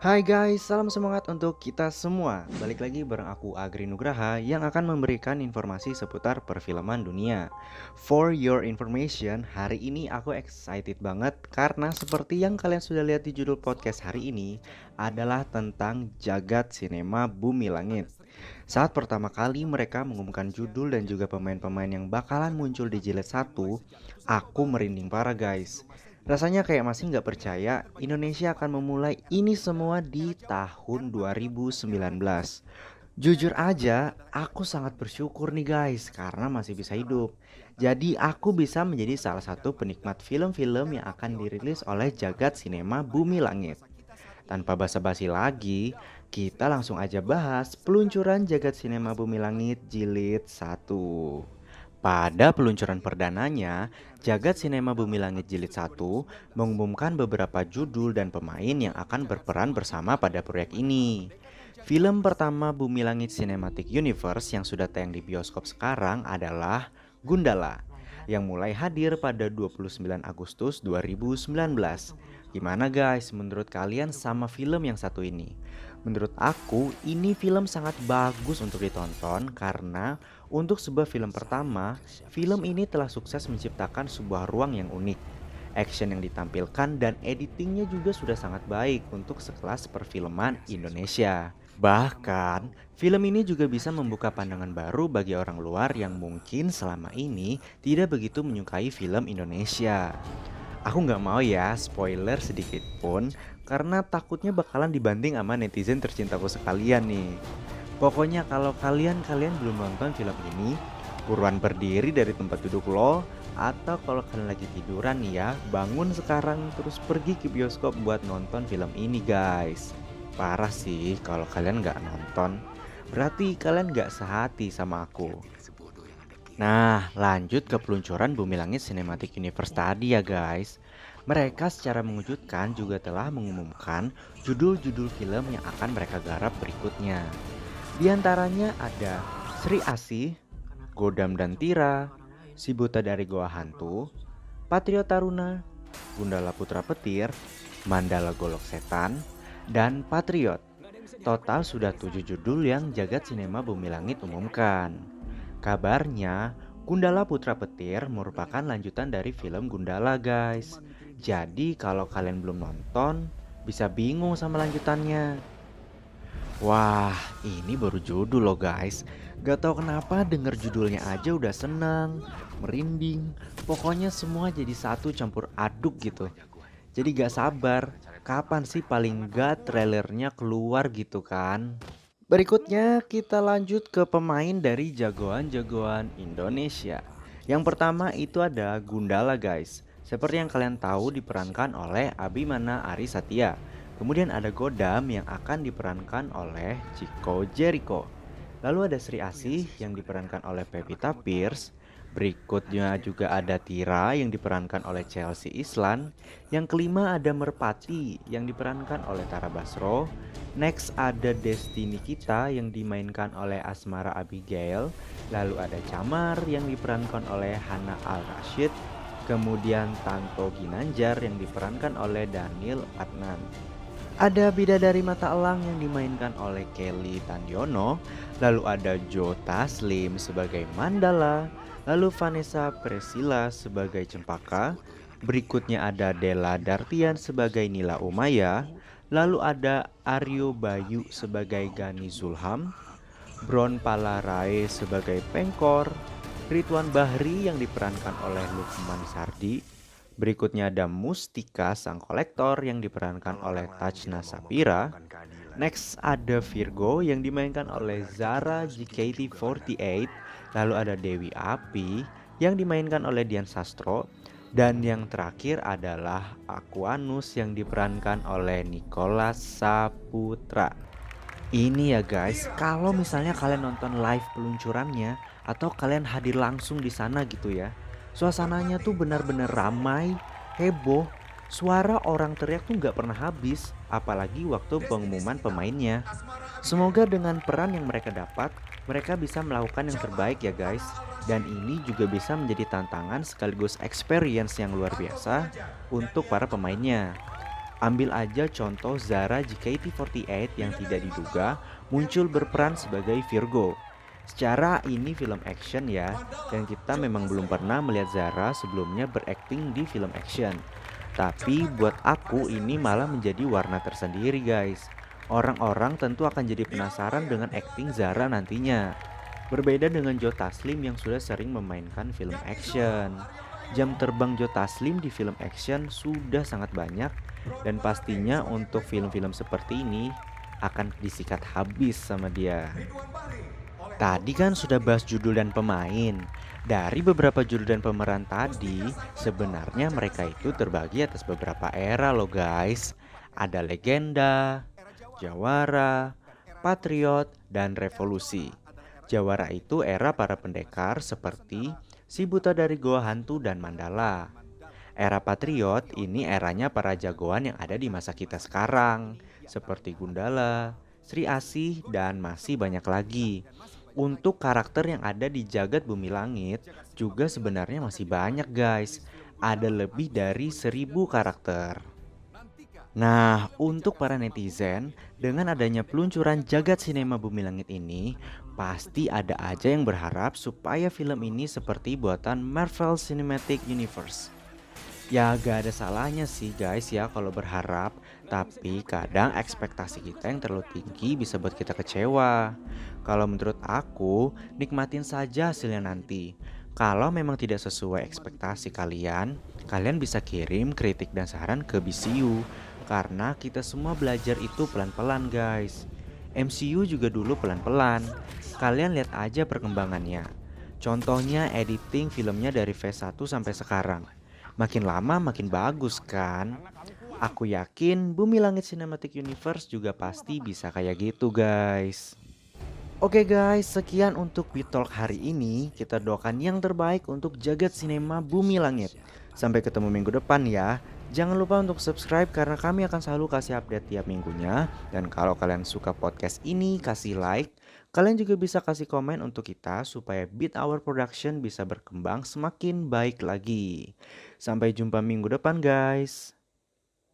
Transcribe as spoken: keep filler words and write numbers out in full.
Hai guys, salam semangat untuk kita semua. Balik lagi bareng aku Agri Nugraha yang akan memberikan informasi seputar perfilman dunia. For your information, hari ini aku excited banget karena seperti yang kalian sudah lihat di judul podcast hari ini adalah tentang jagat sinema bumi langit. Saat pertama kali mereka mengumumkan judul dan juga pemain-pemain yang bakalan muncul di jilid satu, aku merinding parah guys. Rasanya kayak masih nggak percaya Indonesia akan memulai ini semua di tahun dua ribu sembilan belas. Jujur aja, aku sangat bersyukur nih guys karena masih bisa hidup. Jadi aku bisa menjadi salah satu penikmat film-film yang akan dirilis oleh jagat sinema Bumi Langit. Tanpa basa-basi lagi, kita langsung aja bahas peluncuran jagat sinema Bumi Langit jilid satu. Pada peluncuran perdananya, Jagat Sinema Bumi Langit Jilid satu mengumumkan beberapa judul dan pemain yang akan berperan bersama pada proyek ini. Film pertama Bumi Langit Cinematic Universe yang sudah tayang di bioskop sekarang adalah Gundala, yang mulai hadir pada dua puluh sembilan Agustus dua ribu sembilan belas. Gimana guys menurut kalian sama film yang satu ini? Menurut aku ini film sangat bagus untuk ditonton karena untuk sebuah film pertama, film ini telah sukses menciptakan sebuah ruang yang unik. Action yang ditampilkan dan editingnya juga sudah sangat baik untuk sekelas perfilman Indonesia. Bahkan, film ini juga bisa membuka pandangan baru bagi orang luar yang mungkin selama ini tidak begitu menyukai film Indonesia. Aku nggak mau ya spoiler sedikit pun karena takutnya bakalan dibanding sama netizen tercintaku sekalian nih. Pokoknya kalau kalian-kalian belum nonton film ini, buruan berdiri dari tempat duduk lo, atau kalau kalian lagi tiduran nih ya, bangun sekarang terus pergi ke bioskop buat nonton film ini guys. Parah sih kalau kalian nggak nonton, berarti kalian nggak sehati sama aku. Nah, lanjut ke peluncuran Bumi Langit Cinematic Universe tadi ya guys. Mereka secara mengejutkan juga telah mengumumkan judul-judul film yang akan mereka garap berikutnya. Di antaranya ada Sri Asih, Godam dan Tira, Si Buta dari Goa Hantu, Patrio Taruna, Gundala Putra Petir, Mandala Golok Setan, dan Patriot. Total sudah tujuh judul yang jagat sinema Bumi Langit umumkan. Kabarnya, Gundala Putra Petir merupakan lanjutan dari film Gundala guys. Jadi kalau kalian belum nonton, bisa bingung sama lanjutannya. Wah, ini baru judul loh guys. Gak tau kenapa denger judulnya aja udah senang, merinding. Pokoknya semua jadi satu campur aduk gitu. Jadi gak sabar, kapan sih paling gak trailernya keluar gitu kan? Berikutnya kita lanjut ke pemain dari jagoan-jagoan Indonesia. Yang pertama itu ada Gundala guys. Seperti yang kalian tahu diperankan oleh Abimana Arisatya. Kemudian ada Godam yang akan diperankan oleh Chico Jericho. Lalu ada Sri Asih yang diperankan oleh Pevita Pierce. Berikutnya juga ada Tira yang diperankan oleh Chelsea Islan. Yang kelima ada Merpati yang diperankan oleh Tara Basro. Next ada Destiny Kita yang dimainkan oleh Asmara Abigail. Lalu ada Camar yang diperankan oleh Hana Al-Rashid. Kemudian Tanto Ginanjar yang diperankan oleh Daniel Adnan. Ada Bidadari Mata Elang yang dimainkan oleh Kelly Tandiono. Lalu ada Joe Taslim sebagai Mandala. Lalu Vanessa Priscilla sebagai Cempaka. Berikutnya ada Della Dartian sebagai Nila Umaya. Lalu ada Aryo Bayu sebagai Gani Zulham. Bron Palarae sebagai Pengkor. Ridwan Bahri yang diperankan oleh Lukman Sardi. Berikutnya ada Mustika Sang Kolektor yang diperankan oleh Tajna Sapira. Next ada Virgo yang dimainkan oleh Zara G K T empat delapan. Lalu ada Dewi Api yang dimainkan oleh Dian Sastro. Dan yang terakhir adalah Aquanus yang diperankan oleh Nicholas Saputra. Ini ya guys, kalau misalnya kalian nonton live peluncurannya atau kalian hadir langsung di sana gitu ya. Suasananya tuh benar-benar ramai, heboh, suara orang teriak tuh nggak pernah habis, apalagi waktu pengumuman pemainnya. Semoga dengan peran yang mereka dapat, mereka bisa melakukan yang terbaik ya guys. Dan ini juga bisa menjadi tantangan sekaligus experience yang luar biasa untuk para pemainnya. Ambil aja contoh Zara J K T empat delapan yang tidak diduga muncul berperan sebagai Virgo. Secara ini film action ya, dan kita memang belum pernah melihat Zara sebelumnya berakting di film action. Tapi buat aku ini malah menjadi warna tersendiri guys. Orang-orang tentu akan jadi penasaran dengan akting Zara nantinya. Berbeda dengan Joe Taslim yang sudah sering memainkan film action. Jam terbang Joe Taslim di film action sudah sangat banyak dan pastinya untuk film-film seperti ini akan disikat habis sama dia. Tadi kan sudah bahas judul dan pemain. Dari beberapa judul dan pemeran tadi, sebenarnya mereka itu terbagi atas beberapa era loh guys. Ada legenda, jawara, patriot, dan revolusi. Jawara itu era para pendekar seperti si buta dari Goa Hantu dan Mandala. Era patriot ini eranya para jagoan yang ada di masa kita sekarang, seperti Gundala, Sri Asih, dan masih banyak lagi. Untuk karakter yang ada di jagat bumi langit juga sebenarnya masih banyak guys. Ada lebih dari seribu karakter. Nah, untuk para netizen, dengan adanya peluncuran jagat sinema bumi langit ini, pasti ada aja yang berharap supaya film ini seperti buatan Marvel Cinematic Universe. Ya gak ada salahnya sih guys ya kalau berharap, tapi kadang ekspektasi kita yang terlalu tinggi bisa buat kita kecewa. Kalau menurut aku, nikmatin saja hasilnya nanti. Kalau memang tidak sesuai ekspektasi kalian, kalian bisa kirim kritik dan saran ke B C U. Karena kita semua belajar itu pelan-pelan guys. M C U juga dulu pelan-pelan. Kalian lihat aja perkembangannya. Contohnya editing filmnya dari phase satu sampai sekarang. Makin lama makin bagus kan? Aku yakin Bumi Langit Cinematic Universe juga pasti bisa kayak gitu guys. Oke guys, sekian untuk Bitalk hari ini. Kita doakan yang terbaik untuk jagat sinema Bumi Langit. Sampai ketemu minggu depan ya. Jangan lupa untuk subscribe karena kami akan selalu kasih update tiap minggunya. Dan kalau kalian suka podcast ini, kasih like. Kalian juga bisa kasih komen untuk kita supaya Beat Our Production bisa berkembang semakin baik lagi. Sampai jumpa minggu depan guys.